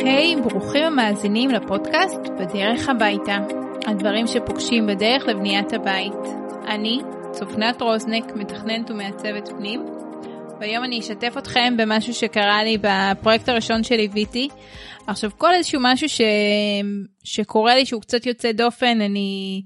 היי, ברוכים המאזינים לפודקאסט בדרך הביתה, הדברים שפוגשים בדרך לבניית הבית. אני, צופנת רוזנק, מתכננת ומעצבת פנים, והיום אני אשתף אתכם במשהו שקרה לי בפרויקט הראשון שליוויתי. עכשיו, כל איזשהו משהו שקורה לי שהוא קצת יוצא דופן, אני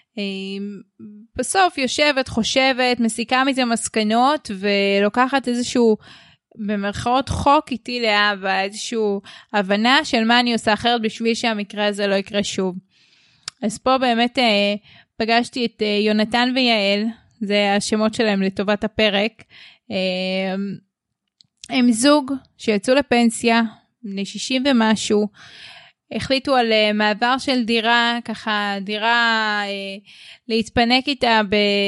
בסוף יושבת, חושבת, מסיקה מזה מסקנות, ולוקחת איזשהו במרכאות חוק איתי לאהבה, איזושהי הבנה של מה אני עושה אחרת בשביל שהמקרה הזה לא יקרה שוב. אז פה באמת פגשתי את יונתן ויעל, זה השמות שלהם לטובת הפרק. הם זוג שיצאו לפנסיה, בני 60 ומשהו, החליטו על מעבר של דירה, ככה דירה להתפנק איתה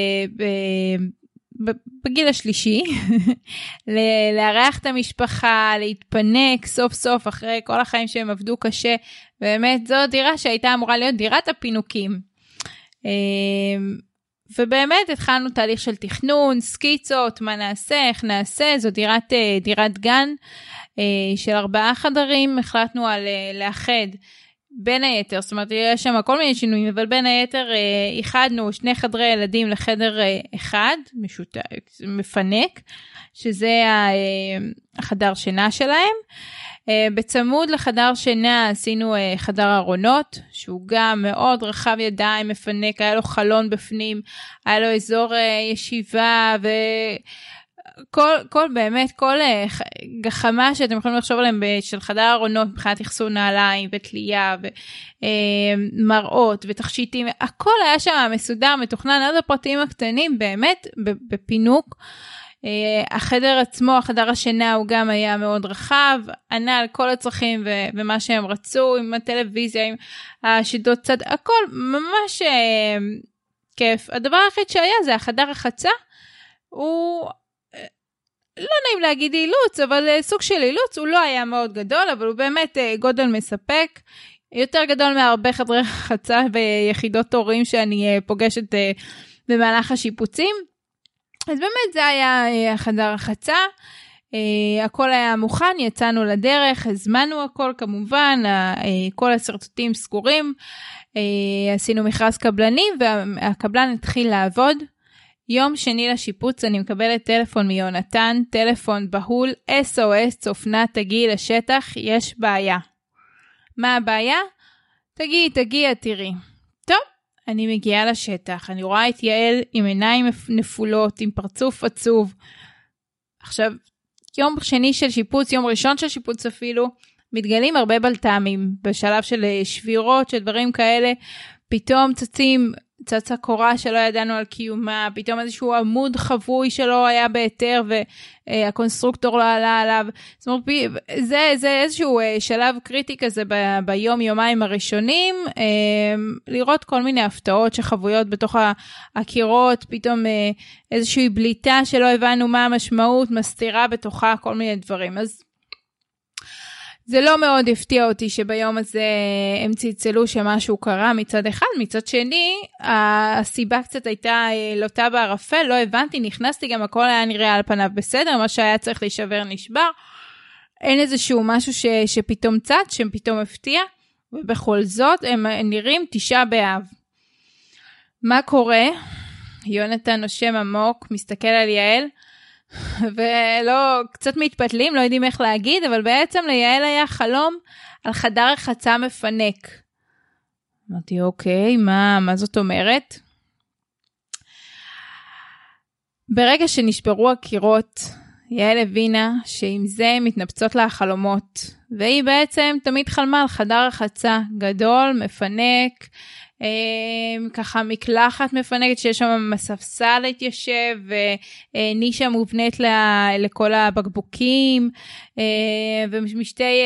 בגיל השלישי, לארח את המשפחה, להתפנק סוף סוף אחרי כל החיים שהם עבדו קשה, באמת זו דירה שהייתה אמורה להיות דירת הפינוקים. ובאמת התחלנו תהליך של תכנון, סקיצות, מה נעשה, איך נעשה, זו דירת גן של 4 חדרים, החלטנו על לאחד בין היתר, זאת אומרת, יש שם כל מיני שינויים, אבל בין היתר איחדנו 2 חדרי ילדים לחדר אחד, מפנק, שזה החדר שינה שלהם. בצמוד לחדר שינה עשינו חדר ארונות, שהוא גם מאוד רחב ידיים, מפנק, היה לו חלון בפנים, היה לו אזור ישיבה, באמת, כל גחמה שאתם יכולים לחשוב עליהם של חדר ארונות, מבחינת אחסון נעליים ותלייה ומראות ותכשיטים, הכל היה שם מסודר, מתוכנן עד הפרטים הקטנים, באמת בפינוק. החדר עצמו, החדר השינה הוא גם היה מאוד רחב, ענה על כל הצרכים ומה שהם רצו, עם הטלוויזיה, עם השידות צד, הכל ממש כיף. הדבר היחיד שהיה זה החדר החצה, הוא לא נעים להגיד אילוץ, אבל סוג של אילוץ, הוא לא היה מאוד גדול, אבל הוא באמת גודל מספק, יותר גדול מהרבה חדרי חצה ויחידות הורים שאני פוגשת במהלך השיפוצים. אז באמת זה היה החדר החצה, הכל היה מוכן, יצאנו לדרך, הזמנו הכל כמובן, כל הסרטוטים סגורים, עשינו מכרז קבלנים והקבלן התחיל לעבוד. יום שני לשיפוץ אני מקבלת טלפון מיונתן, טלפון בהול, SOS, צופנת, תגיעי לשטח, יש בעיה. מה הבעיה? תגיעי, תראי. טוב, אני מגיעה לשטח, אני רואה את יעל עם עיניים נפולות, עם פרצוף עצוב. עכשיו, יום שני של שיפוץ, יום ראשון של שיפוץ אפילו, מתגלים הרבה בלטמים, בשלב של שבירות, של דברים כאלה, פתאום צצה קורה שלא ידענו על קיומה, פתאום איזשהו עמוד חבוי שלא היה בהיתר, והקונסטרוקטור לא עלה עליו. זאת אומרת, זה איזשהו שלב קריטי כזה ביום-יומיים הראשונים, לראות כל מיני הפתעות שחבויות בתוך הקירות, פתאום איזושהי בליטה שלא הבנו מה המשמעות, מסתירה בתוכה כל מיני דברים. אז זה לא מאוד הפתיע אותי שביום הזה הם צלצלו שמשהו קרה מצד אחד, מצד שני, הסיבה קצת הייתה לוטה בערפל, לא הבנתי, נכנסתי גם הכל היה נראה על פניו בסדר, מה שהיה צריך להישבר נשבר, אין איזשהו משהו שפתאום צץ, שפתאום הפתיע, ובכל זאת הם נראים 9 באב. מה קורה? יונתן נושם עמוק, מסתכל על יעל, ולא, קצת מתפתלים, לא יודעים איך להגיד, אבל בעצם ליעל היה חלום על חדר רחצה מפנק. אמרתי, אוקיי, מה זאת אומרת? ברגע שנשברו הקירות, יעל הבינה שעם זה מתנפצות לה החלומות, והיא בעצם תמיד חלמה על חדר רחצה גדול, מפנק, ככה מקלחת מפנקת שיש שם מספסל להתיישב ונישה מובנית לכל הבקבוקים ומשתי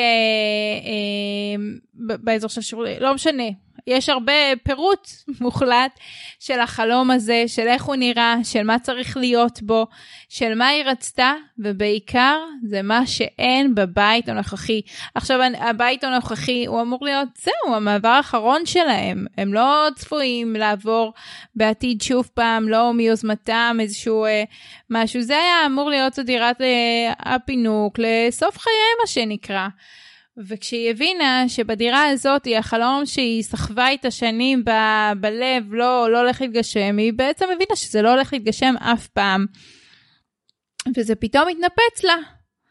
באזור של שירות, לא משנה, יש הרבה פירוט מוחלט של החלום הזה, של איך הוא נראה, של מה צריך להיות בו, של מה היא רצתה, ובעיקר זה מה שאין בבית הנוכחי. עכשיו, הבית הנוכחי הוא אמור להיות, זהו, המעבר האחרון שלהם. הם לא צפויים לעבור בעתיד שוב פעם, לא מיוזמתם, איזשהו משהו. זה היה אמור להיות דירת הפינוק לסוף חייהם, מה שנקרא. וכשהיא הבינה שבדירה הזאת היא החלום שהיא סחבה איתה שנים בלב, לא הולך להתגשם, היא בעצם הבינה שזה לא הולך להתגשם אף פעם. וזה פתאום התנפץ לה.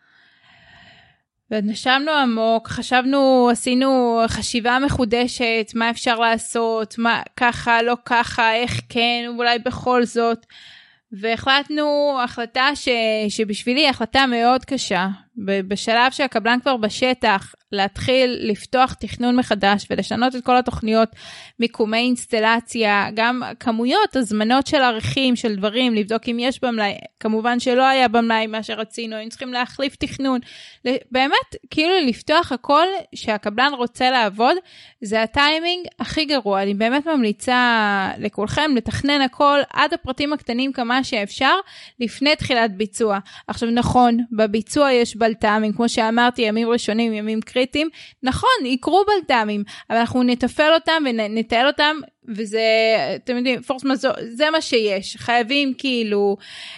ונשמנו עמוק, חשבנו, עשינו חשיבה מחודשת, מה אפשר לעשות, מה ככה, לא ככה, איך כן, אולי בכל זאת. והחלטנו החלטה שבשבילי היא החלטה מאוד קשה, בשלב שהקבלן כבר בשטח, להתחיל לפתוח תכנון מחדש ולשנות את כל התוכניות, מיקומי אינסטלציה, גם כמויות, הזמנות של ערכים, של דברים, לבדוק אם יש במלאי, כמובן שלא היה במלאי מה שרצינו, היינו צריכים להחליף תכנון, באמת כאילו לפתוח הכל שהקבלן רוצה לעבוד, זה הטיימינג הכי גרוע, אני באמת ממליצה לכולכם לתכנן הכל עד הפרטים הקטנים כמה שאפשר, לפני תחילת ביצוע. עכשיו נכון, בביצוע יש בלת"מים, כמו שאמרתי, ימים ראשונים, ימים קריטיים, נכון, יקרו בלת"מים, אבל אנחנו נטפל אותם ונטעל אותם, וזה, אתם יודעים, פורס מזור, זה מה שיש, חייבים כאילו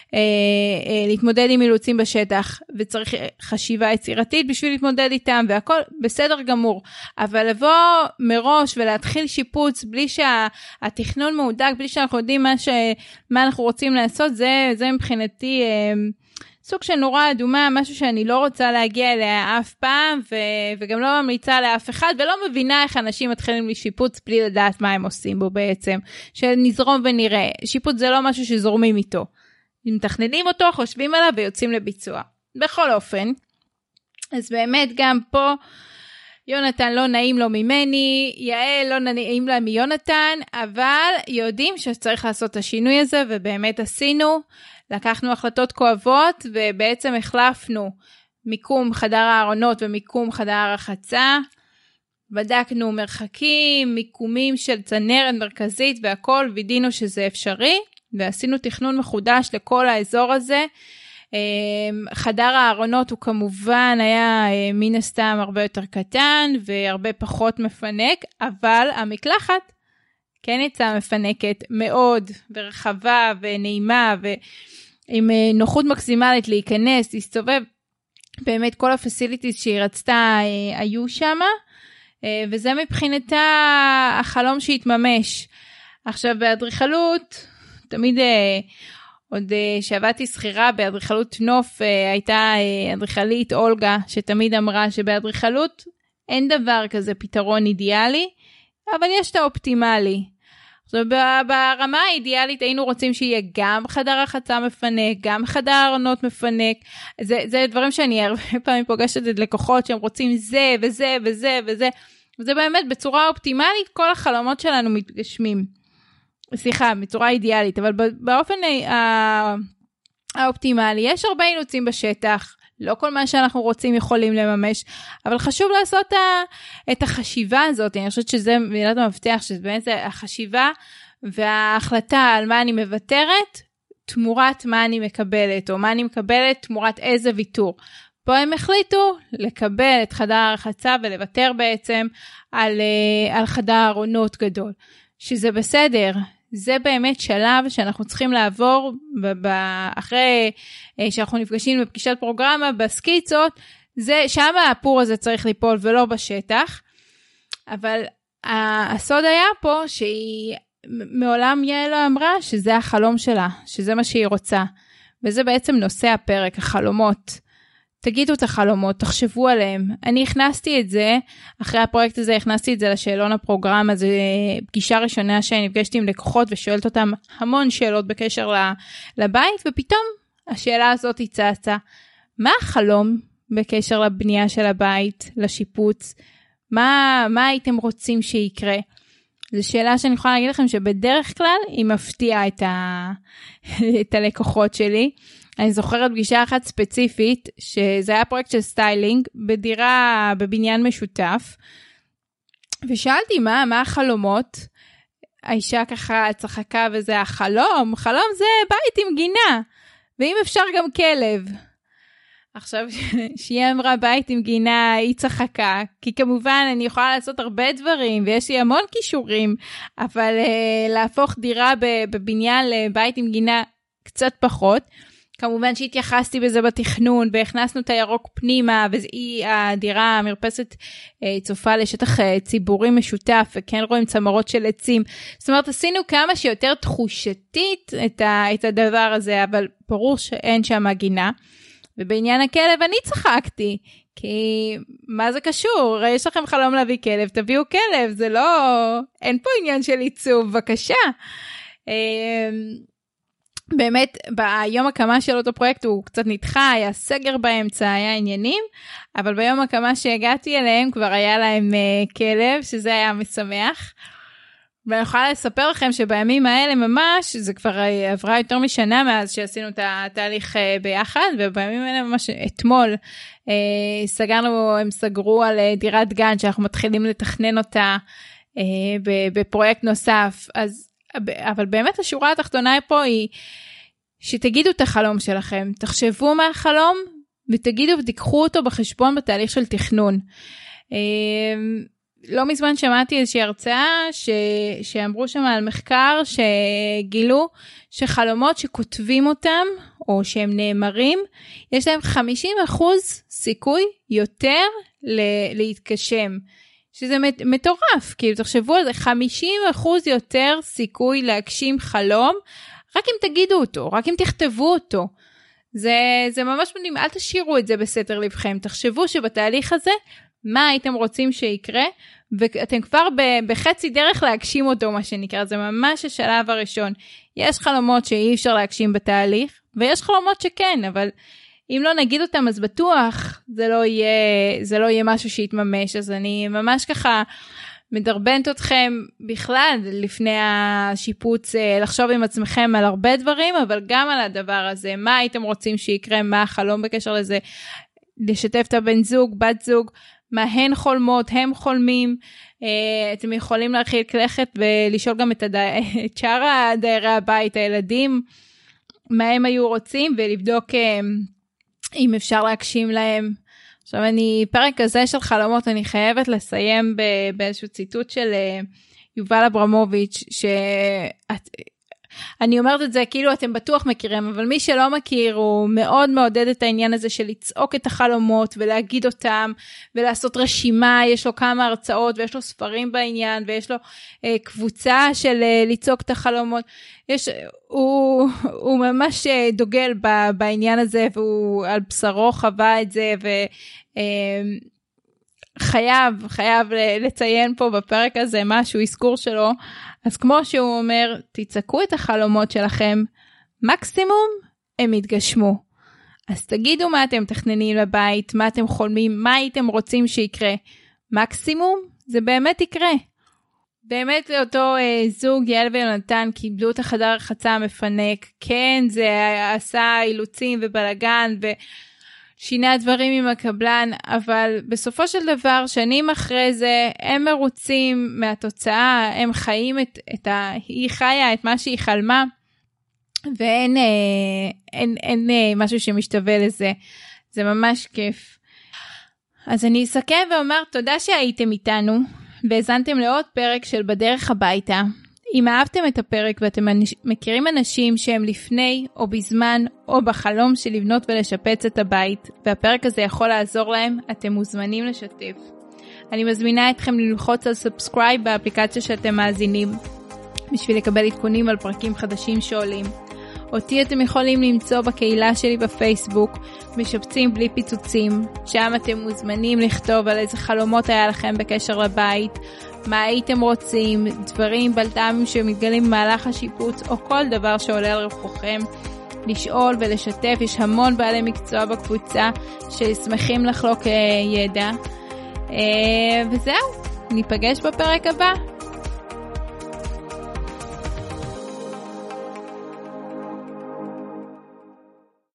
להתמודד עם אילוצים בשטח, וצריך חשיבה יצירתית בשביל להתמודד איתם, והכל בסדר גמור, אבל לבוא מראש ולהתחיל שיפוץ, בלי שהתכנון מעודק, בלי שאנחנו יודעים מה אנחנו רוצים לעשות, זה מבחינתי סוג של נורא אדומה, משהו שאני לא רוצה להגיע אליה אף פעם, וגם לא ממליצה לאף אחד, ולא מבינה איך אנשים מתחילים לשיפוץ, בלי לדעת מה הם עושים בו בעצם, שנזרום ונראה. שיפוץ זה לא משהו שזורמים איתו. מתכננים אותו, חושבים עליו, ויוצאים לביצוע. בכל אופן, אז באמת גם פה, יונתן לא נעים לו ממני, יעל לא נעים לה מיונתן, אבל יודעים שצריך לעשות את השינוי הזה, ובאמת עשינו, לקחנו החלטות כואבות, ובעצם החלפנו מיקום חדר הארונות ומיקום חדר הרחצה, בדקנו מרחקים, מיקומים של צנרת מרכזית והכל, וידינו שזה אפשרי, ועשינו תכנון מחודש לכל האזור הזה. חדר הארונות הוא כמובן היה מן הסתם הרבה יותר קטן, והרבה פחות מפנק, אבל המקלחת כן יצאה מפנקת מאוד, ורחבה ונעימה, ועם נוחות מקסימלית להיכנס, להסתובב, באמת כל הפסיליטיז שהיא רצתה היו שם, וזה מבחינתה החלום שהתממש. עכשיו באדריכלות, תמיד עוד שעבדתי שכירה באדריכלות נוף, הייתה אדריכלית אולגה, שתמיד אמרה שבאדריכלות אין דבר כזה פתרון אידיאלי, אבל יש את האופטימלי. עכשיו ברמה האידיאלית היינו רוצים שיהיה גם חדר רחצה מפנק, גם חדר ארונות מפנק, זה דברים שאני הרבה פעמים פוגשת את לקוחות שהם רוצים זה וזה וזה וזה, וזה באמת בצורה אופטימלית כל החלומות שלנו מתגשמים. סליחה, בצורה אידיאלית, אבל באופן האופטימלי יש הרבה אילוצים בשטח, לא כל מה שאנחנו רוצים יכולים לממש, אבל חשוב לעשות את החשיבה הזאת, אני חושבת שזה מילת המפתח, שזה באמת החשיבה וההחלטה על מה אני מוותרת, תמורת מה אני מקבלת, או מה אני מקבלת תמורת איזה ויתור. פה הם החליטו לקבל את חדר הרחצה ולוותר בעצם על חדר ארונות גדול, שזה בסדר. זה באמת שלב שאנחנו צריכים לעבור אחרי שאנחנו נפגשים בפגישת פרוגרמה, בסקיצות, שם הפור הזה צריך ליפול ולא בשטח, אבל הסוד היה פה שהיא מעולם יעל אמרה שזה החלום שלה, שזה מה שהיא רוצה, וזה בעצם נושא הפרק, החלומות. תגידו את החלומות, תחשבו עליהם. אני הכנסתי את זה, אחרי הפרויקט הזה הכנסתי את זה לשאלון הפרוגרמה, זו פגישה ראשונה שאני נפגשתי עם לקוחות ושואלת אותם המון שאלות בקשר לבית, ופתאום השאלה הזאת צצה, מה החלום בקשר לבנייה של הבית, לשיפוץ? מה הייתם רוצים שיקרה? זו שאלה שאני יכולה להגיד לכם שבדרך כלל היא מפתיעה את הלקוחות שלי. אני זוכרת פגישה אחת ספציפית, שזה היה פרויקט של סטיילינג, בדירה, בבניין משותף, ושאלתי מה החלומות, האישה ככה צחקה וזה החלום זה בית עם גינה, ואם אפשר גם כלב. עכשיו שהיא אמרה בית עם גינה, היא צחקה, כי כמובן אני יכולה לעשות הרבה דברים, ויש לי המון כישורים, אבל להפוך דירה בבניין לבית עם גינה קצת פחות, כמובן שהתייחסתי בזה בתכנון, והכנסנו את הירוק פנימה, והדירה, המרפסת צופה לשטח ציבורי משותף, וכן רואים צמרות של עצים. זאת אומרת, עשינו כמה שיותר תחושתית את הדבר הזה, אבל ברור שאין שם גינה. ובעניין הכלב אני צחקתי, כי מה זה קשור? יש לכם חלום להביא כלב, תביאו כלב, זה לא, אין פה עניין של עיצוב, בבקשה. באמת, ביום הקמה של אותו פרויקט הוא קצת נדחה, היה סגר באמצע, היה עניינים, אבל ביום הקמה שהגעתי אליהם כבר היה להם כלב, שזה היה משמח. ואני יכולה לספר לכם שבימים האלה ממש, זה כבר עברה יותר משנה מאז שעשינו את התהליך ביחד, ובימים האלה ממש אתמול הם סגרו על דירת גן, שאנחנו מתחילים לתכנן אותה בפרויקט נוסף, אבל באמת השורה התחתונה פה היא, שתגידו את החלום שלכם, תחשבו מה החלום, ותגידו ותיקחו אותו בחשבון בתהליך של תכנון. לא מזמן שמעתי איזושהי הרצאה שאמרו שם על מחקר שגילו שחלומות שכותבים אותם או שהם נאמרים, יש להם 50% סיכוי יותר להתקשם. שזה מטורף, כאילו תחשבו על זה, 50% יותר סיכוי להגשים חלום, רק אם תגידו אותו, רק אם תכתבו אותו. זה ממש מדהים, אל תשאירו את זה בסתר לבכם, תחשבו שבתהליך הזה, מה הייתם רוצים שיקרה, ואתם כבר בחצי דרך להגשים אותו, מה שנקרא, זה ממש השלב הראשון. יש חלומות שאי אפשר להגשים בתהליך, ויש חלומות שכן, אבל אם לא נגיד אותם, אז בטוח זה לא יהיה משהו שיתממש, אז אני ממש ככה מדרבנת אתכם בכלל, לפני השיפוץ, לחשוב עם עצמכם על הרבה דברים, אבל גם על הדבר הזה, מה הייתם רוצים שיקרה, מה החלום בקשר לזה, לשתף את הבן זוג, בת זוג, מה הן חולמות, הם חולמים, אתם יכולים להרחיק לכת ולשאול גם את שאר דיירי הבית, הילדים, מה הם היו רוצים, ולבדוק אם אפשר להגשים להם. עכשיו פרק הזה של חלומות, אני חייבת לסיים באיזשהו ציטוט של יובל אברמוביץ', אני אומרת את זה כאילו אתם בטוח מכירים, אבל מי שלא מכיר הוא מאוד מעודד את העניין הזה של לצעוק את החלומות ולהגיד אותם ולעשות רשימה, יש לו כמה הרצאות ויש לו ספרים בעניין ויש לו קבוצה של לצעוק את החלומות, הוא ממש דוגל בעניין הזה והוא על בשרו חווה את זה חייב לציין פה בפרק הזה משהו, אזכור שלו. אז כמו שהוא אומר, תצעקו את החלומות שלכם, מקסימום הם יתגשמו. אז תגידו מה אתם תכננים לבית, מה אתם חולמים, מה הייתם רוצים שיקרה. מקסימום זה באמת יקרה. באמת לאותו זוג, יעל ויונתן, קיבלו את החדר הרחצה המפנק. כן, זה עשה אילוצים ובלגן שינה דברים עם הקבלן, אבל בסופו של דבר, שנים אחרי זה, הם מרוצים מהתוצאה, הם חיים היא חיה את מה שהיא חלמה, ואין אין משהו שמשתווה לזה. זה ממש כיף. אז אני אסכם ואומר, תודה שהייתם איתנו, והזנתם לעוד פרק של בדרך הביתה. אם אהבתם את הפרק ואתם מכירים אנשים שהם לפני או בזמן או בחלום של לבנות ולשפץ את הבית, והפרק הזה יכול לעזור להם, אתם מוזמנים לשתף. אני מזמינה אתכם ללחוץ על סאבסקרייב באפליקציה שאתם מאזינים, בשביל לקבל עדכונים על פרקים חדשים שעולים. אותי אתם יכולים למצוא בקהילה שלי בפייסבוק, משפצים בלי פיצוצים, שם אתם מוזמנים לכתוב על איזה חלומות היה לכם בקשר לבית, מה הייתם רוצים, דברים בלת"מים שמתגלים במהלך השיפוץ, או כל דבר שעולה על רוחכם, לשאול ולשתף. יש המון בעלי מקצוע בקבוצה ששמחים לחלוק ידע. וזהו, ניפגש בפרק הבא.